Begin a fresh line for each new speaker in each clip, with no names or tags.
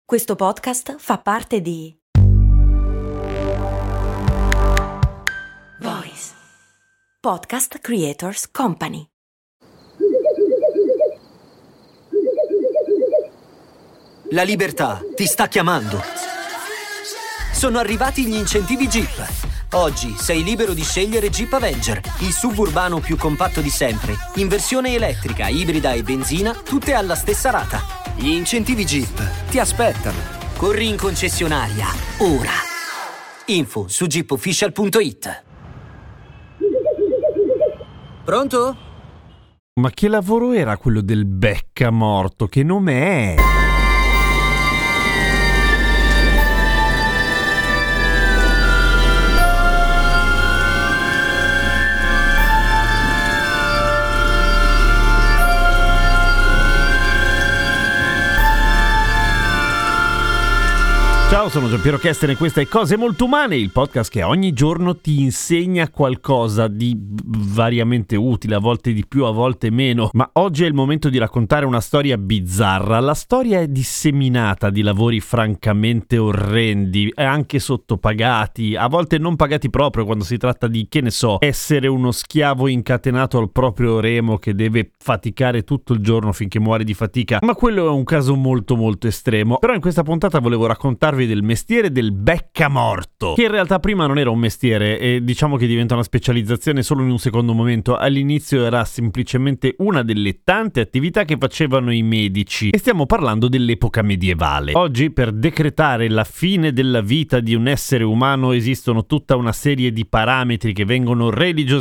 Questo podcast fa parte di Voice Podcast Creators Company.
La libertà ti sta chiamando. Sono arrivati gli incentivi Jeep. Oggi sei libero di scegliere Jeep Avenger, il suburbano più compatto di sempre, in versione elettrica, ibrida e benzina, tutte alla stessa rata. Gli incentivi Jeep ti aspettano. Corri in concessionaria, ora. Info su jeepofficial.it. Pronto?
Ma che lavoro era quello del beccamorto? Che nome è? Ciao, sono Giampiero Kesten e questa è Cose Molto Umane, il podcast che ogni giorno ti insegna qualcosa di variamente utile, a volte di più, a volte meno. Ma oggi è il momento di raccontare una storia bizzarra. La storia è disseminata di lavori francamente orrendi e anche sottopagati, a volte non pagati proprio quando si tratta di, che ne so, essere uno schiavo incatenato al proprio remo che deve faticare tutto il giorno finché muore di fatica. Ma quello è un caso molto molto estremo. Però in questa puntata volevo raccontarvi del mestiere del beccamorto, che in realtà prima non era un mestiere e diciamo che diventa una specializzazione solo in un secondo momento. All'inizio era semplicemente una delle tante attività che facevano i medici, e stiamo parlando dell'epoca medievale. Oggi, per decretare la fine della vita di un essere umano, esistono tutta una serie di parametri che vengono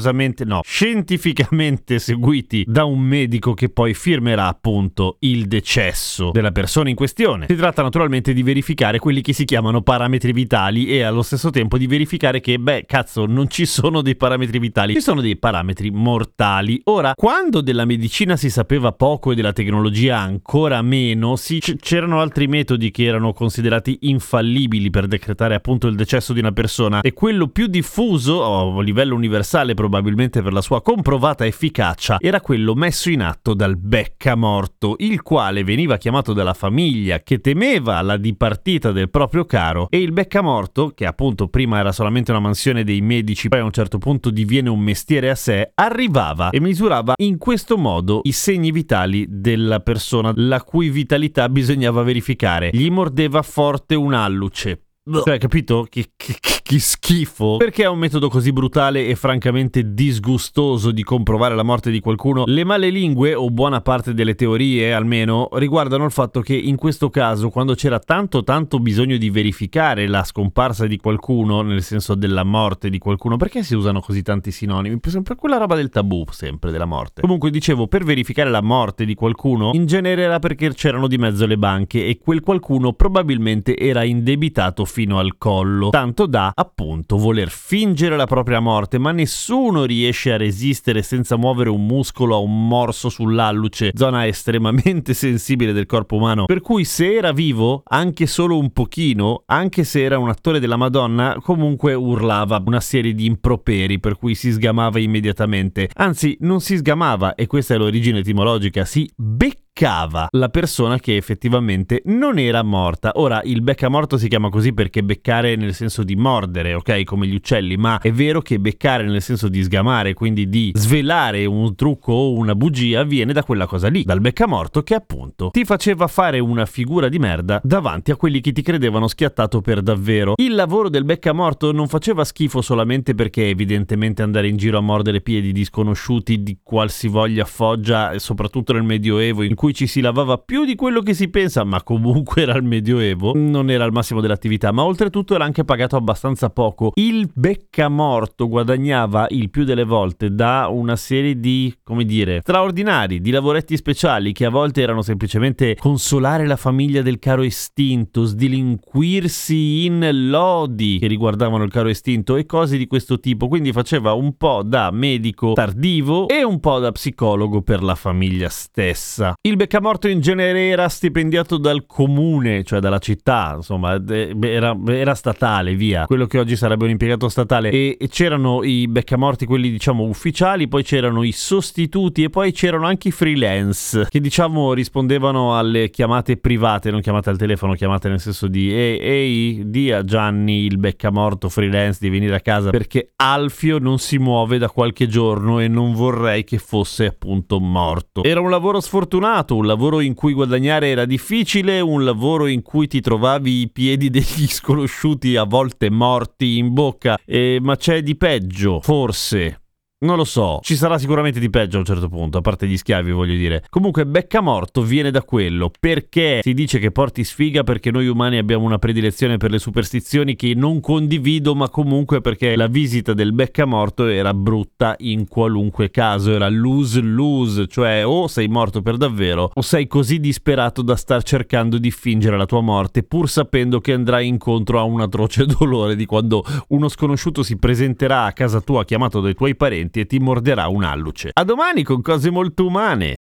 scientificamente seguiti da un medico che poi firmerà appunto il decesso della persona in questione. Si tratta naturalmente di verificare quelli che si chiamano parametri vitali e allo stesso tempo di verificare che, non ci sono dei parametri vitali, ci sono dei parametri mortali. Ora, quando della medicina si sapeva poco e della tecnologia ancora meno, c'erano altri metodi che erano considerati infallibili per decretare appunto il decesso di una persona, e quello più diffuso, a livello universale probabilmente per la sua comprovata efficacia, era quello messo in atto dal beccamorto, il quale veniva chiamato dalla famiglia che temeva la dipartita del proprio caro, e il beccamorto, che appunto prima era solamente una mansione dei medici, poi a un certo punto diviene un mestiere a sé, arrivava e misurava in questo modo i segni vitali della persona la cui vitalità bisognava verificare. Gli mordeva forte un alluce. Cioè, capito? Che schifo. Perché è un metodo così brutale e francamente disgustoso di comprovare la morte di qualcuno? Le malelingue, o buona parte delle teorie almeno, riguardano il fatto che in questo caso, quando c'era tanto bisogno di verificare la scomparsa di qualcuno, nel senso della morte di qualcuno, perché si usano così tanti sinonimi? Per quella roba del tabù sempre della morte. Comunque dicevo, per verificare la morte di qualcuno, in genere era perché c'erano di mezzo le banche e quel qualcuno probabilmente era indebitato fino al collo, tanto da appunto voler fingere la propria morte, ma nessuno riesce a resistere senza muovere un muscolo a un morso sull'alluce, zona estremamente sensibile del corpo umano, per cui se era vivo, anche solo un pochino, anche se era un attore della Madonna, comunque urlava una serie di improperi per cui si sgamava immediatamente. Anzi, non si sgamava, e questa è l'origine etimologica, si beccava la persona che effettivamente non era morta. Ora, il beccamorto si chiama così perché beccare nel senso di mordere, ok, come gli uccelli, ma è vero che beccare nel senso di sgamare, quindi di svelare un trucco o una bugia, viene da quella cosa lì, dal beccamorto, che appunto ti faceva fare una figura di merda davanti a quelli che ti credevano schiattato per davvero. Il lavoro del beccamorto non faceva schifo solamente perché evidentemente andare in giro a mordere piedi di sconosciuti di qualsivoglia foggia, soprattutto nel Medioevo, in cui ci si lavava più di quello che si pensa, ma comunque era il Medioevo, non era il massimo dell'attività, ma oltretutto era anche pagato abbastanza poco. Il beccamorto guadagnava il più delle volte da una serie di, straordinari, di lavoretti speciali che a volte erano semplicemente consolare la famiglia del caro estinto, sdilinquirsi in lodi che riguardavano il caro estinto e cose di questo tipo. Quindi faceva un po' da medico tardivo e un po' da psicologo per la famiglia stessa. Il beccamorto in genere era stipendiato dal comune, cioè dalla città, insomma, era statale, via, quello che oggi sarebbe un impiegato statale, e c'erano i beccamorti, quelli diciamo ufficiali, poi c'erano i sostituti e poi c'erano anche i freelance, che diciamo rispondevano alle chiamate private, non chiamate al telefono, chiamate nel senso di ehi, di a Gianni il beccamorto freelance di venire a casa perché Alfio non si muove da qualche giorno e non vorrei che fosse appunto morto. Era un lavoro sfortunato, un lavoro in cui guadagnare era difficile, un lavoro in cui ti trovavi i piedi degli sconosciuti a volte morti in bocca, ma c'è di peggio, forse. Non lo so, ci sarà sicuramente di peggio a un certo punto, a parte gli schiavi voglio dire. Comunque beccamorto viene da quello, perché si dice che porti sfiga, perché noi umani abbiamo una predilezione per le superstizioni che non condivido, ma comunque perché la visita del beccamorto era brutta in qualunque caso, era lose-lose, cioè o sei morto per davvero o sei così disperato da star cercando di fingere la tua morte pur sapendo che andrai incontro a un atroce dolore di quando uno sconosciuto si presenterà a casa tua chiamato dai tuoi parenti e ti morderà un alluce. A domani con cose molto umane.